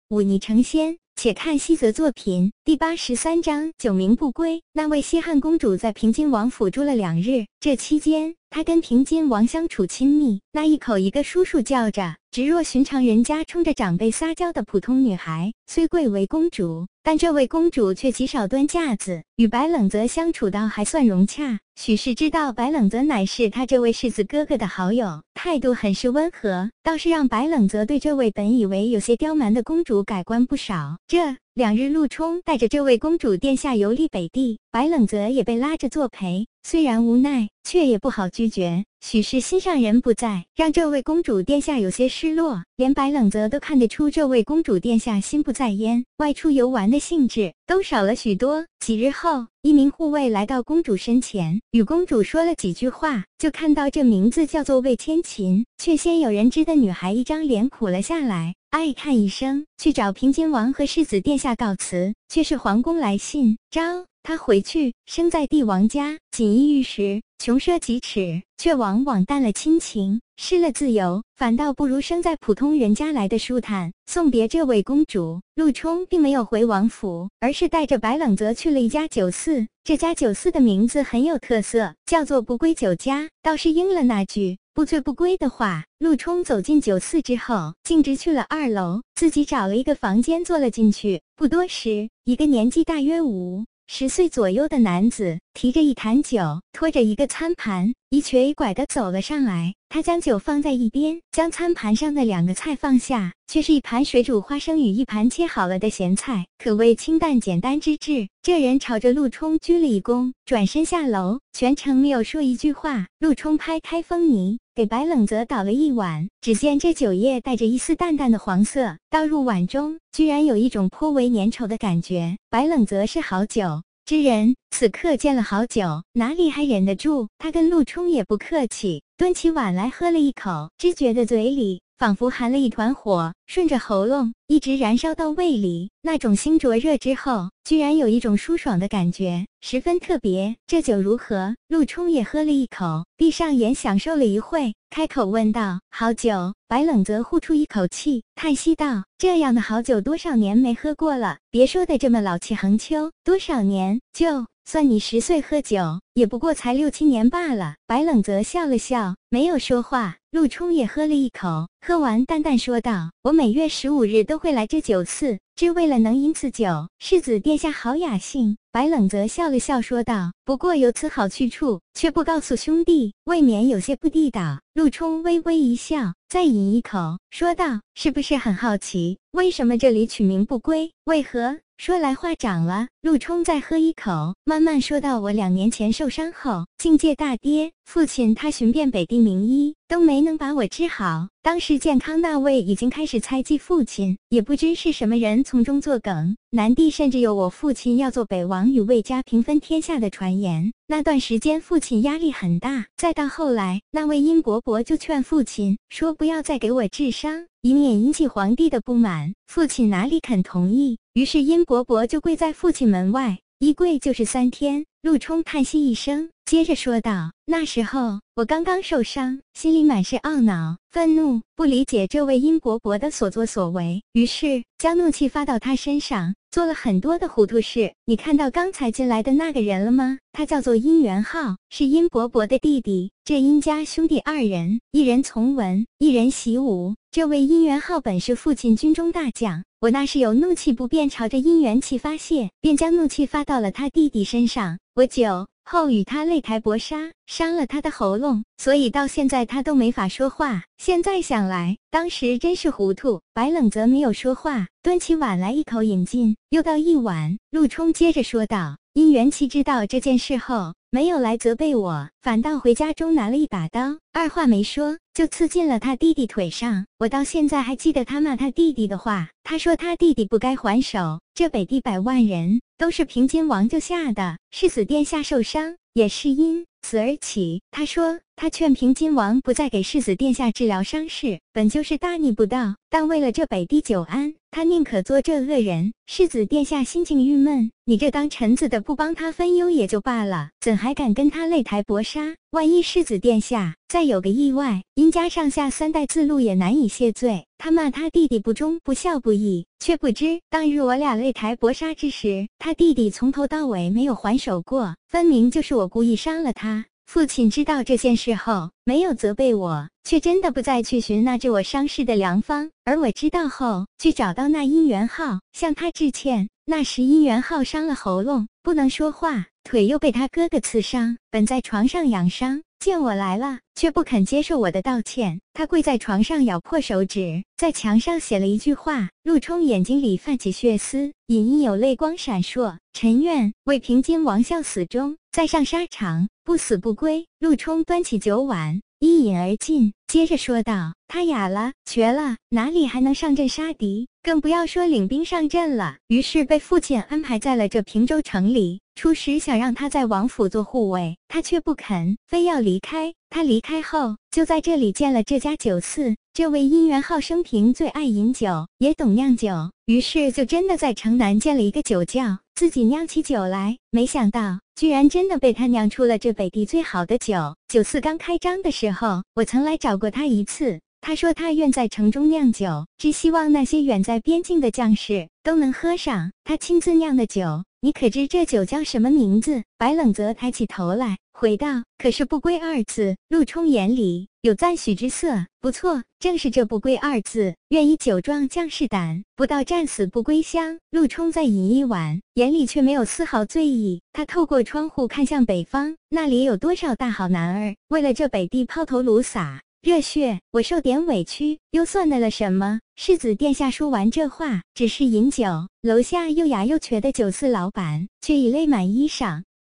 忤逆成仙。且看西则作品第83章九冥不归。那位西汉公主在平津王府住了2日，这期间她跟平津王相处亲密，那一口一个叔叔叫着，直若寻常人家冲着长辈撒娇的普通女孩。虽贵为公主，但这位公主却极少端架子，与白冷泽相处到还算融洽。许氏知道白冷泽乃是他这位世子哥哥的好友，态度很是温和，倒是让白冷泽对这位本以为有些刁蛮的公主改观不少。这2日，陆冲带着这位公主殿下游历北地，白冷泽也被拉着作陪，虽然无奈，却也不好拒绝。许是心上人不在，让这位公主殿下有些失落，连白冷泽都看得出这位公主殿下心不在焉，外出游玩的兴致都少了许多。几日后，一名护卫来到公主身前，与公主说了几句话，就看到这名字叫做魏千琴，却先有人知的女孩一张脸苦了下来，哀叹一声，去找平津王和世子殿下告辞，却是皇宫来信，召他回去。生在帝王家，锦衣玉食，穷奢极侈，却往往淡了亲情，失了自由，反倒不如生在普通人家来的舒坦。送别这位公主，陆冲并没有回王府，而是带着白冷泽去了一家酒肆。这家酒肆的名字很有特色，叫做不归酒家，倒是应了那句不醉不归的话。陆冲走进酒肆之后，径直去了2楼，自己找了一个房间坐了进去。不多时，一个年纪大约50岁左右的男子提着一坛酒，拖着一个餐盘，一瘸一拐地走了上来。他将酒放在一边，将餐盘上的2个菜放下，却是一盘水煮花生与一盘切好了的咸菜，可谓清淡简单之至。这人朝着陆冲鞠了一躬，转身下楼，全程没有说一句话。陆冲拍开风泥，给白冷泽倒了一碗，只见这酒液带着一丝淡淡的黄色，倒入碗中，居然有一种颇为粘稠的感觉。白冷泽是好酒之人，此刻见了好酒，哪里还忍得住？他跟陆冲也不客气，端起碗来喝了一口，只觉得嘴里仿佛含了一团火，顺着喉咙一直燃烧到胃里，那种腥灼热之后，居然有一种舒爽的感觉，十分特别。这酒如何？陆冲也喝了一口，闭上眼享受了一会，开口问道：好酒。白冷泽呼出一口气，叹息道：这样的好酒多少年没喝过了，别说的这么老气横秋，多少年？就算你10岁喝酒，也不过才6、7年罢了。白冷泽笑了笑，没有说话。陆冲也喝了一口，喝完淡淡说道：我每月15日都会来这酒肆，只为了能饮此酒。世子殿下好雅兴。白冷泽笑了笑说道：不过有此好去处，却不告诉兄弟，未免有些不地道。陆冲微微一笑，再饮一口，说道：是不是很好奇，为什么这里取名不归？为何？说来话长了。陆冲再喝一口，慢慢说道：我2年前受伤后，境界大跌，父亲他寻遍北地名医，都没能把我治好。当时健康那位已经开始猜忌父亲，也不知是什么人从中作梗，南地甚至有我父亲要做北王与魏家平分天下的传言。那段时间父亲压力很大，再到后来，那位殷伯伯就劝父亲说不要再给我治伤，以免引起皇帝的不满。父亲哪里肯同意，于是殷伯伯就跪在父亲门外，一跪就是3天。陆冲叹息一声，接着说道：那时候我刚刚受伤，心里满是懊恼、愤怒，不理解这位殷伯伯的所作所为，于是将怒气发到他身上，做了很多的糊涂事。你看到刚才进来的那个人了吗？他叫做殷元浩，是殷伯伯的弟弟。这殷家兄弟2人，一人从文，一人习武。这位殷元浩本是父亲军中大将，我那时有怒气不便朝着殷元气发泄，便将怒气发到了他弟弟身上。我酒后与他擂台搏杀，伤了他的喉咙，所以到现在他都没法说话。现在想来，当时真是糊涂。白冷泽没有说话，端起碗来一口饮尽，又倒一碗。陆冲接着说道：殷元气知道这件事后，没有来责备我，反倒回家中拿了一把刀，二话没说就刺进了他弟弟腿上。我到现在还记得他骂他弟弟的话，他说他弟弟不该还手，这北地100万人都是平津王救下的，世子殿下受伤也是因死而起。他说，他劝平津王不再给世子殿下治疗伤势，本就是大逆不道，但为了这北地久安，他宁可做这恶人。世子殿下心情郁闷，你这当臣子的不帮他分忧也就罢了，怎还敢跟他擂台搏杀？万一世子殿下再有个意外，殷家上下3代自路也难以谢罪。他骂他弟弟不忠不孝不义，却不知当日我俩擂台搏杀之时，他弟弟从头到尾没有还手过，分明就是我故意伤了他。父亲知道这件事后，没有责备我，却真的不再去寻那治我伤势的良方。而我知道后，去找到那殷元浩，向他致歉。那时殷元浩伤了喉咙，不能说话，腿又被他哥哥刺伤，本在床上养伤，见我来了，却不肯接受我的道歉。他跪在床上咬破手指，在墙上写了一句话。陆冲眼睛里泛起血丝，隐隐有泪光闪烁。臣愿为平津王效死忠，再上沙场，不死不归。陆冲端起酒碗，一饮而尽，接着说道：他哑了，瘸了，哪里还能上阵杀敌？更不要说领兵上阵了。于是被父亲安排在了这平州城里。初时想让他在王府做护卫，他却不肯，非要离开。他离开后，就在这里建了这家酒肆。这位殷元浩生平最爱饮酒，也懂酿酒，于是就真的在城南建了一个酒窖，自己酿起酒来。没想到居然真的被他酿出了这北地最好的酒。酒肆刚开张的时候，我曾来找过他一次。他说他愿在城中酿酒，只希望那些远在边境的将士都能喝上他亲自酿的酒。你可知这酒叫什么名字？白冷泽抬起头来，回道：可是不归二字。陆冲眼里有赞许之色，不错，正是这不归二字，愿以酒壮将士胆，不到战死不归乡。陆冲再饮一碗，眼里却没有丝毫醉意。他透过窗户看向北方，那里有多少大好男儿为了这北地抛头颅洒热血，我受点委屈，又算得了什么？世子殿下说完这话，只是饮酒。楼下又哑又瘸的酒肆老板却已泪满衣裳。